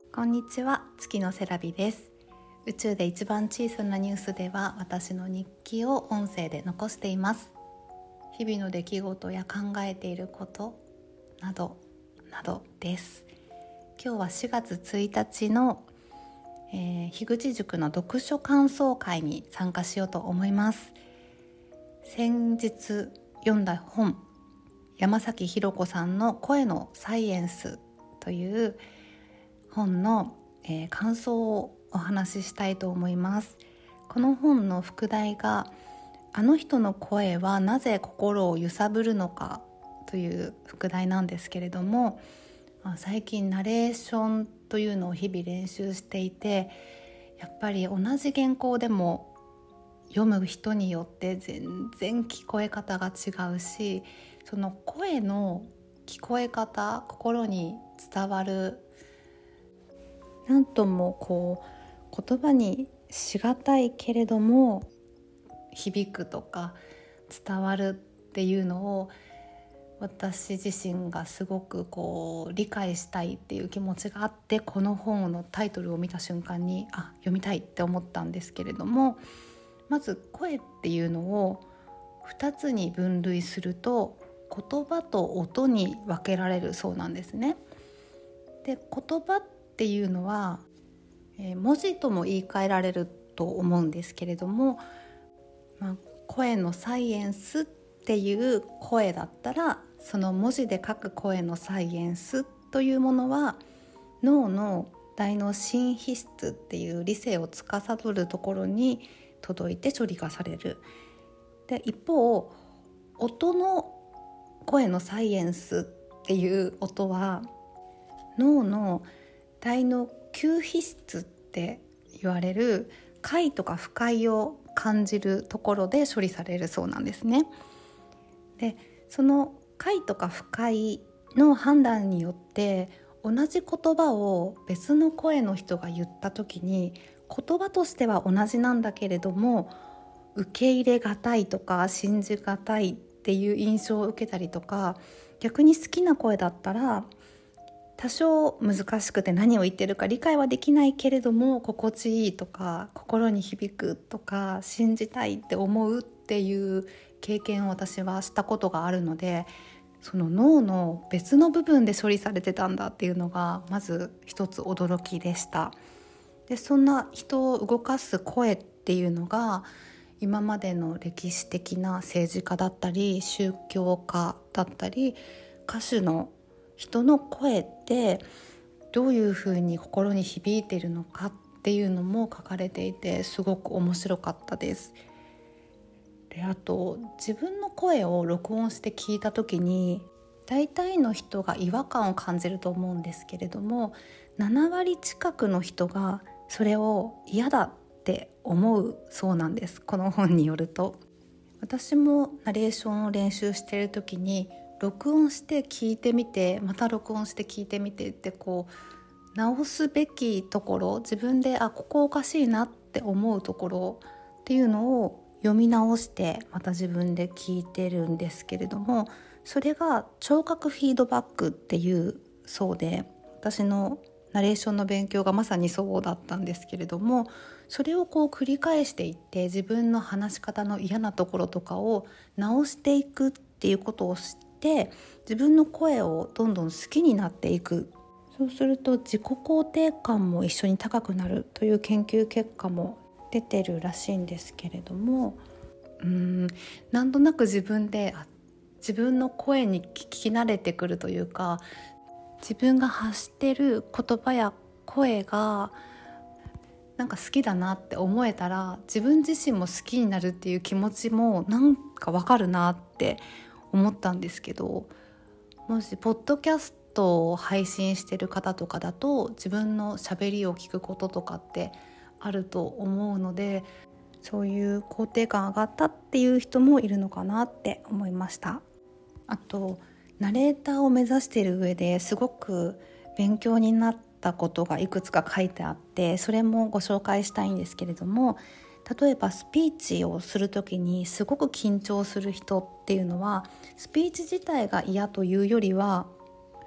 こんにちは、月のセラビです。宇宙で一番小さなニュースでは私の日記を音声で残しています。日々の出来事や考えていることなどなどです。今日は4月1日の、樋口塾の読書感想会に参加しようと思います。先日読んだ本、山崎弘子さんの声のサイエンスという本の、感想をお話ししたいと思います。この本の副題があの人の声はなぜ心を揺さぶるのかという副題なんですけれども、最近ナレーションというのを日々練習していて、やっぱり同じ原稿でも読む人によって全然聞こえ方が違うし、その声の聞こえ方、心に伝わる、なんとも言葉にしがたいけれども響くとか伝わるっていうのを私自身がすごく理解したいっていう気持ちがあって、この本のタイトルを見た瞬間に読みたいって思ったんですけれども、まず声っていうのを2つに分類すると言葉と音に分けられるそうなんですね。で、言葉っていうのは、文字とも言い換えられると思うんですけれども、声のサイエンスっていう声だったら、その文字で書く声のサイエンスというものは脳の大脳新皮質っていう理性を司るところに届いて処理がされる。で、一方音の声のサイエンスっていう音は脳の大脳球皮質って言われる快とか不快を感じるところで処理されるそうなんですね。で、その快とか不快の判断によって同じ言葉を別の声の人が言った時に、言葉としては同じなんだけれども受け入れがたいとか信じがたいっていう印象を受けたりとか、逆に好きな声だったら多少難しくて何を言ってるか理解はできないけれども心地いいとか心に響くとか信じたいって思うっていう経験を私はしたことがあるので、その脳の別の部分で処理されてたんだっていうのがまず一つ驚きでした。で、そんな人を動かす声っていうのが今までの歴史的な政治家だったり宗教家だったり歌手の人の声ってどういうふうに心に響いているのかっていうのも書かれていて、すごく面白かったです。で、あと自分の声を録音して聞いた時に大体の人が違和感を感じると思うんですけれども、7割近くの人がそれを嫌だって思うそうなんです。この本によると、私もナレーションを練習している時に録音して聞いてみて、また録音して聞いてみてって直すべきところ、自分でここおかしいなって思うところっていうのを読み直してまた自分で聞いてるんですけれども、それが聴覚フィードバックっていうそうで、私のナレーションの勉強がまさにそうだったんですけれども、それを繰り返していって自分の話し方の嫌なところとかを直していくっていうことをして自分の声をどんどん好きになっていく。そうすると自己肯定感も一緒に高くなるという研究結果も出てるらしいんですけれども、なんとなく自分で自分の声に聞き慣れてくるというか、自分が発してる言葉や声がなんか好きだなって思えたら、自分自身も好きになるっていう気持ちもなんかわかるなって思ったんですけど、もしポッドキャストを配信してる方とかだと自分の喋りを聞くこととかってあると思うので、そういう肯定感上がったっていう人もいるのかなって思いました。あとナレーターを目指している上ですごく勉強になったことがいくつか書いてあって、それもご紹介したいんですけれども、例えばスピーチをするときにすごく緊張する人っていうのは、スピーチ自体が嫌というよりは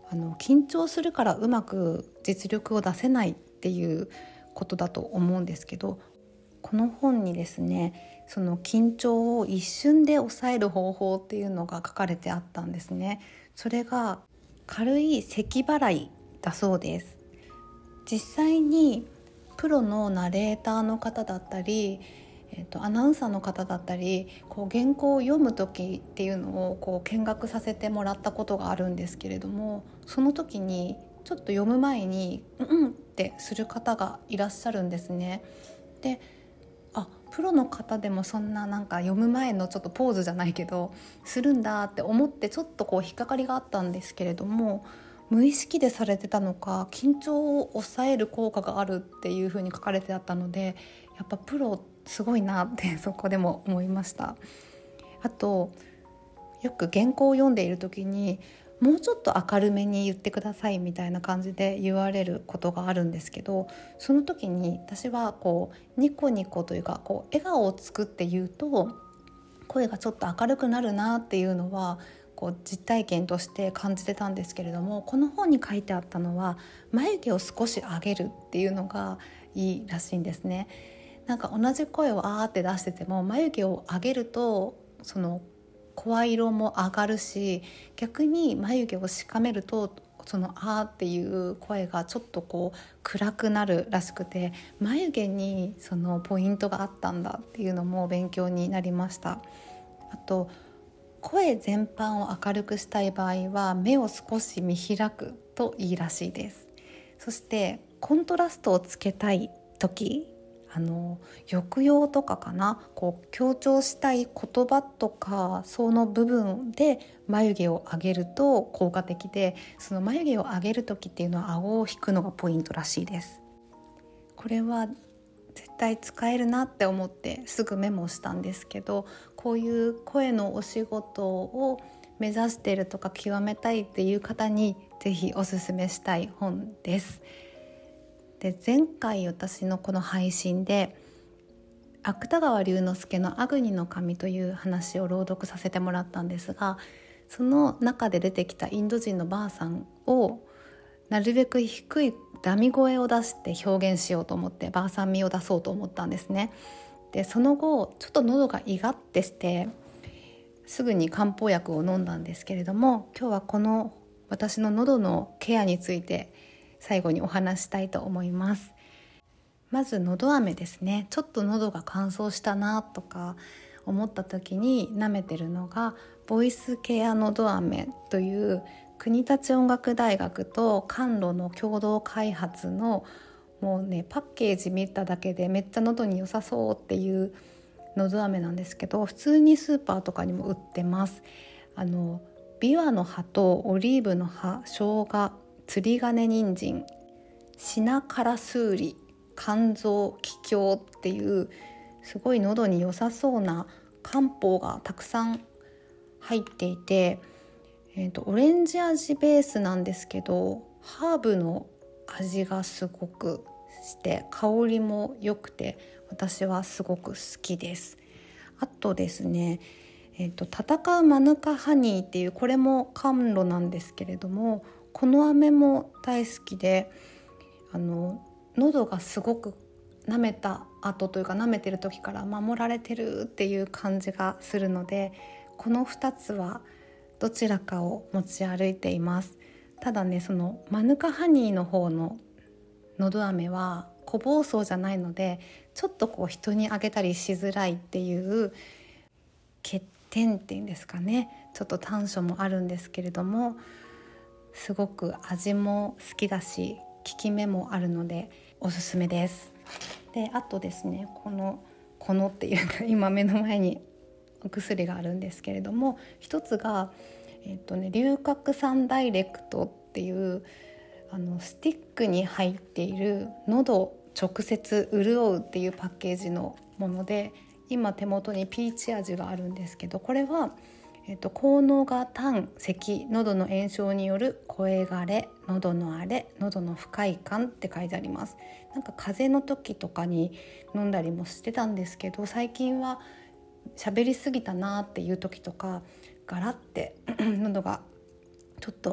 緊張するからうまく実力を出せないっていうことだと思うんですけど、この本にですね、その緊張を一瞬で抑える方法っていうのが書かれてあったんですね。それが軽い咳払いだそうです。実際にプロのナレーターの方だったり、アナウンサーの方だったり、原稿を読む時っていうのを見学させてもらったことがあるんですけれども、その時にちょっと読む前にうんってする方がいらっしゃるんですね。で、プロの方でもそんな読む前のちょっとポーズじゃないけどするんだって思って、ちょっと引っかかりがあったんですけれども、無意識でされてたのか緊張を抑える効果があるっていう風に書かれてあったので、やっぱプロすごいなってそこでも思いました。あと、よく原稿を読んでいる時にもうちょっと明るめに言ってくださいみたいな感じで言われることがあるんですけど、その時に私はニコニコというか笑顔を作って言うと声がちょっと明るくなるなっていうのは実体験として感じてたんですけれども、この本に書いてあったのは眉毛を少し上げるっていうのがいいらしいんですね。同じ声をあーって出してても眉毛を上げるとその声色も上がるし、逆に眉毛をしかめるとそのあーっていう声がちょっと暗くなるらしくて、眉毛にそのポイントがあったんだっていうのも勉強になりました。あと、声全般を明るくしたい場合は目を少し見開くといいらしいです。そしてコントラストをつけたい時、抑揚とかかな、強調したい言葉とかその部分で眉毛を上げると効果的で、その眉毛を上げる時っていうのは顎を引くのがポイントらしいです。これは絶対使えるなって思ってすぐメモしたんですけど、こういう声のお仕事を目指しているとか極めたいっていう方にぜひおすすめしたい本です。で、前回私のこの配信で芥川龍之介のアグニの神という話を朗読させてもらったんですが、その中で出てきたインド人のばあさんをなるべく低いダミ声を出して表現しようと思ってばあさん味を出そうと思ったんですね。で、その後ちょっと喉がイガってしてすぐに漢方薬を飲んだんですけれども、今日はこの私の喉のケアについて最後にお話したいと思います。まず喉飴ですね。ちょっと喉が乾燥したなとか思った時に舐めてるのがボイスケア喉飴という国立音楽大学と甘露の共同開発のもうね、パッケージ見ただけでめっちゃ喉に良さそうっていう喉飴なんですけど、普通にスーパーとかにも売ってます。ビワの葉とオリーブの葉、生姜、釣り金人参、シナカラスーリ、肝臓、気胸っていうすごい喉に良さそうな漢方がたくさん入っていて、オレンジ味ベースなんですけどハーブの味がすごくして香りも良くて私はすごく好きです。あとですね、戦うマヌカハニーっていうこれも甘露なんですけれども、この飴も大好きで、喉がすごく舐めた後というか舐めてる時から守られてるっていう感じがするので、この2つはどちらかを持ち歩いています。ただね、そのマヌカハニーの方の喉飴は小包装じゃないのでちょっと人にあげたりしづらいっていう欠点っていうんですかね、ちょっと短所もあるんですけれども、すごく味も好きだし効き目もあるのでおすすめです。で、あとですね、このっていうか今目の前にお薬があるんですけれども、一つが、龍角散ダイレクトっていうスティックに入っている喉直接潤うっていうパッケージのもので、今手元にピーチ味があるんですけど、これは効能が痰、咳、喉の炎症による声枯れ、喉の荒れ、喉の不快感って書いてあります。風邪の時とかに飲んだりもしてたんですけど、最近は喋りすぎたなっていう時とかガラって喉がちょっと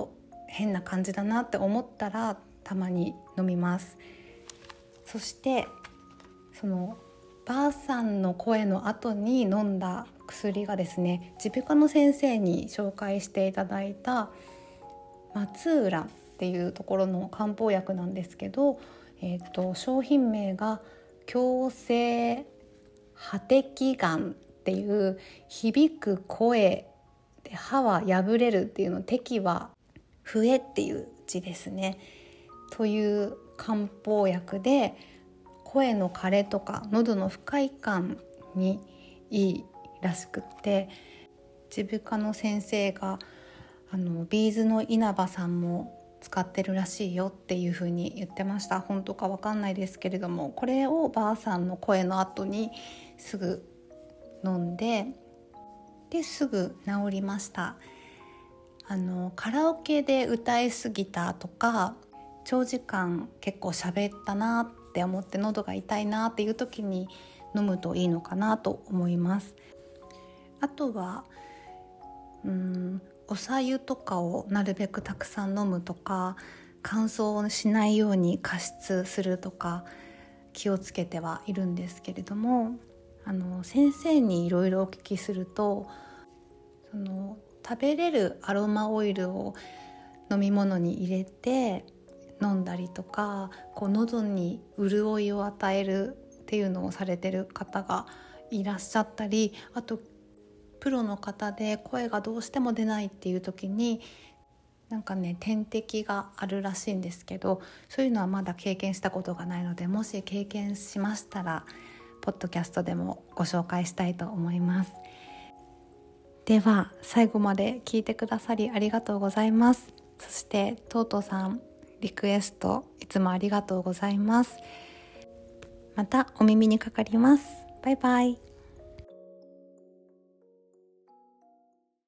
変な感じだなって思ったらたまに飲みます。そしてそのばあさんの声の後に飲んだ薬がですね、耳鼻科の先生に紹介していただいた松浦っていうところの漢方薬なんですけど、商品名が矯正破滴眼っていう響く声で歯は破れるっていうの、滴は笛っていう字ですねという漢方薬で、声の枯れとか喉の不快感にいいらしくって、耳鼻科の先生がビーズの稲葉さんも使ってるらしいよっていう風に言ってました。本当かわかんないですけれども、これをばあさんの声の後にすぐ飲んですぐ治りました。カラオケで歌いすぎたとか、長時間結構喋ったなって思って喉が痛いなっていう時に飲むといいのかなと思います。あとはお白湯とかをなるべくたくさん飲むとか、乾燥しないように加湿するとか気をつけてはいるんですけれども、先生にいろいろお聞きすると、食べれるアロマオイルを飲み物に入れて飲んだりとか、喉に潤いを与えるっていうのをされてる方がいらっしゃったり、あとプロの方で声がどうしても出ないっていう時に点滴があるらしいんですけど、そういうのはまだ経験したことがないので、もし経験しましたらポッドキャストでもご紹介したいと思います。では最後まで聞いてくださりありがとうございます。そしてトートさん、リクエストいつもありがとうございます。またお耳にかかります。バイバイ。